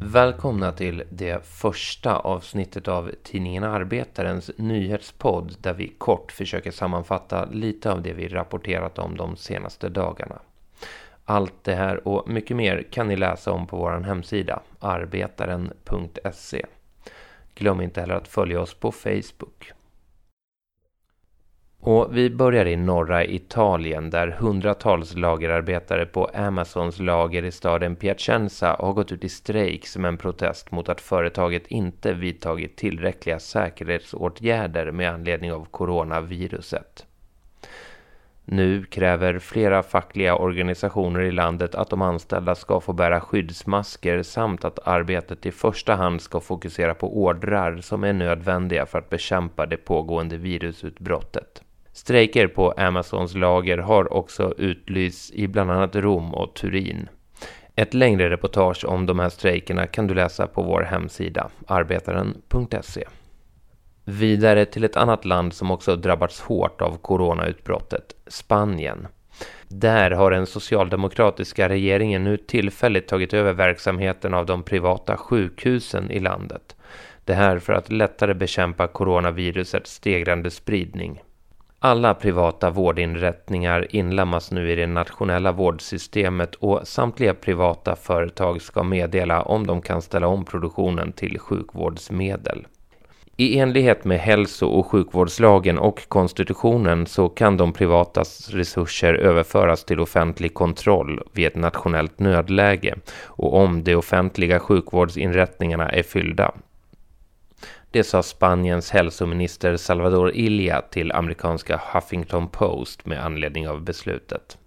Välkomna till det första avsnittet av tidningen Arbetarens nyhetspodd där vi kort försöker sammanfatta lite av det vi rapporterat om de senaste dagarna. Allt det här och mycket mer kan ni läsa om på vår hemsida arbetaren.se. Glöm inte heller att följa oss på Facebook. Och vi börjar i norra Italien där hundratals lagerarbetare på Amazons lager i staden Piacenza har gått ut i strejk som en protest mot att företaget inte vidtagit tillräckliga säkerhetsåtgärder med anledning av coronaviruset. Nu kräver flera fackliga organisationer i landet att de anställda ska få bära skyddsmasker samt att arbetet i första hand ska fokusera på ordrar som är nödvändiga för att bekämpa det pågående virusutbrottet. Strejker på Amazons lager har också utlysts i bland annat Rom och Turin. Ett längre reportage om de här strejkerna kan du läsa på vår hemsida arbetaren.se. Vidare till ett annat land som också drabbats hårt av coronautbrottet, Spanien. Där har den socialdemokratiska regeringen nu tillfälligt tagit över verksamheten av de privata sjukhusen i landet. Det här för att lättare bekämpa coronavirusets stegrande spridning. Alla privata vårdinrättningar inlemmas nu i det nationella vårdsystemet och samtliga privata företag ska meddela om de kan ställa om produktionen till sjukvårdsmedel. I enlighet med hälso- och sjukvårdslagen och konstitutionen så kan de privatas resurser överföras till offentlig kontroll vid ett nationellt nödläge och om de offentliga sjukvårdsinrättningarna är fyllda. Det sa Spaniens hälsominister Salvador Illa till amerikanska Huffington Post med anledning av beslutet.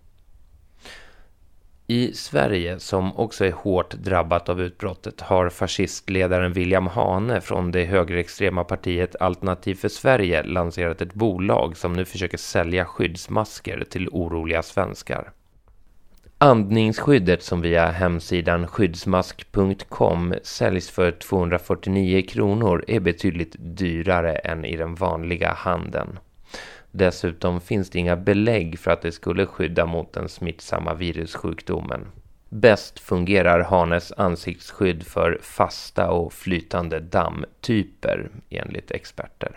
I Sverige, som också är hårt drabbat av utbrottet, har fascistledaren William Hane från det högerextrema partiet Alternativ för Sverige lanserat ett bolag som nu försöker sälja skyddsmasker till oroliga svenskar. Andningsskyddet som via hemsidan skyddsmask.com säljs för 249 kronor är betydligt dyrare än i den vanliga handeln. Dessutom finns det inga belägg för att det skulle skydda mot den smittsamma virussjukdomen. Bäst fungerar Hanes ansiktsskydd för fasta och flytande dammtyper enligt experter.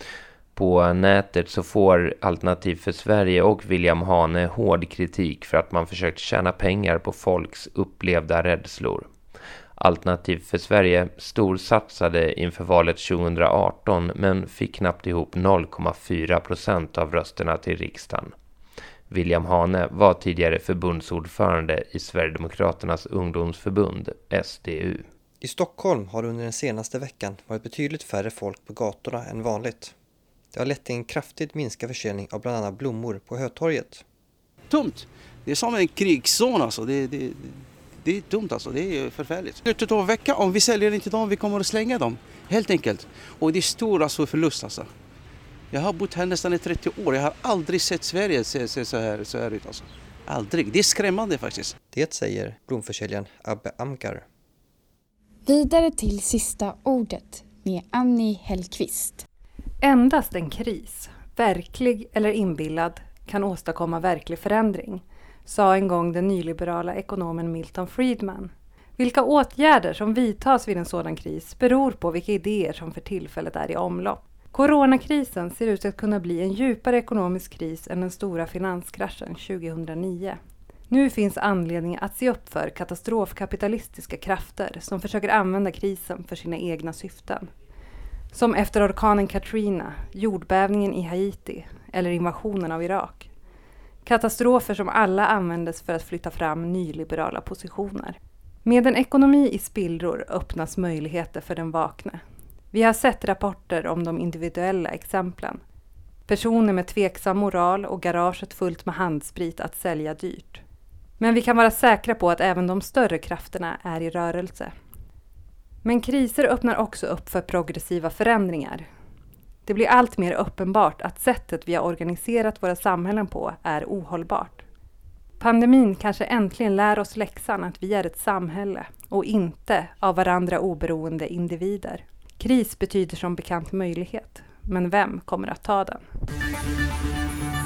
På nätet så får Alternativ för Sverige och William Hane hård kritik för att man försökt tjäna pengar på folks upplevda rädslor. Alternativ för Sverige storsatsade inför valet 2018 men fick knappt ihop 0,4% av rösterna till riksdagen. William Hane var tidigare förbundsordförande i Sverigedemokraternas ungdomsförbund, SDU. I Stockholm har under den senaste veckan varit betydligt färre folk på gatorna än vanligt. Det har lett till en kraftigt minskad försäljning av bland annat blommor på Hötorget. Tomt. Det är som en krigszon alltså. Det är tomt alltså. Det är förfärligt. Slutet av veckan, om vi säljer inte dem, vi kommer att slänga dem. Helt enkelt. Och det är stor alltså förlust alltså. Jag har bott här nästan i 30 år. Jag har aldrig sett Sverige se så här ut alltså. Aldrig. Det är skrämmande faktiskt. Det säger blomförsäljaren Abbe Amgar. Vidare till sista ordet med Annie Hellqvist. Endast en kris, verklig eller inbillad, kan åstadkomma verklig förändring, sa en gång den nyliberala ekonomen Milton Friedman. Vilka åtgärder som vidtas vid en sådan kris beror på vilka idéer som för tillfället är i omlopp. Coronakrisen ser ut att kunna bli en djupare ekonomisk kris än den stora finanskraschen 2009. Nu finns anledning att se upp för katastrofkapitalistiska krafter som försöker använda krisen för sina egna syften. Som efter orkanen Katrina, jordbävningen i Haiti eller invasionen av Irak. Katastrofer som alla användes för att flytta fram nyliberala positioner. Med en ekonomi i spillror öppnas möjligheter för den vakne. Vi har sett rapporter om de individuella exemplen. Personer med tveksam moral och garaget fullt med handsprit att sälja dyrt. Men vi kan vara säkra på att även de större krafterna är i rörelse. Men kriser öppnar också upp för progressiva förändringar. Det blir allt mer uppenbart att sättet vi har organiserat våra samhällen på är ohållbart. Pandemin kanske äntligen lär oss läxan att vi är ett samhälle och inte av varandra oberoende individer. Kris betyder som bekant möjlighet, men vem kommer att ta den?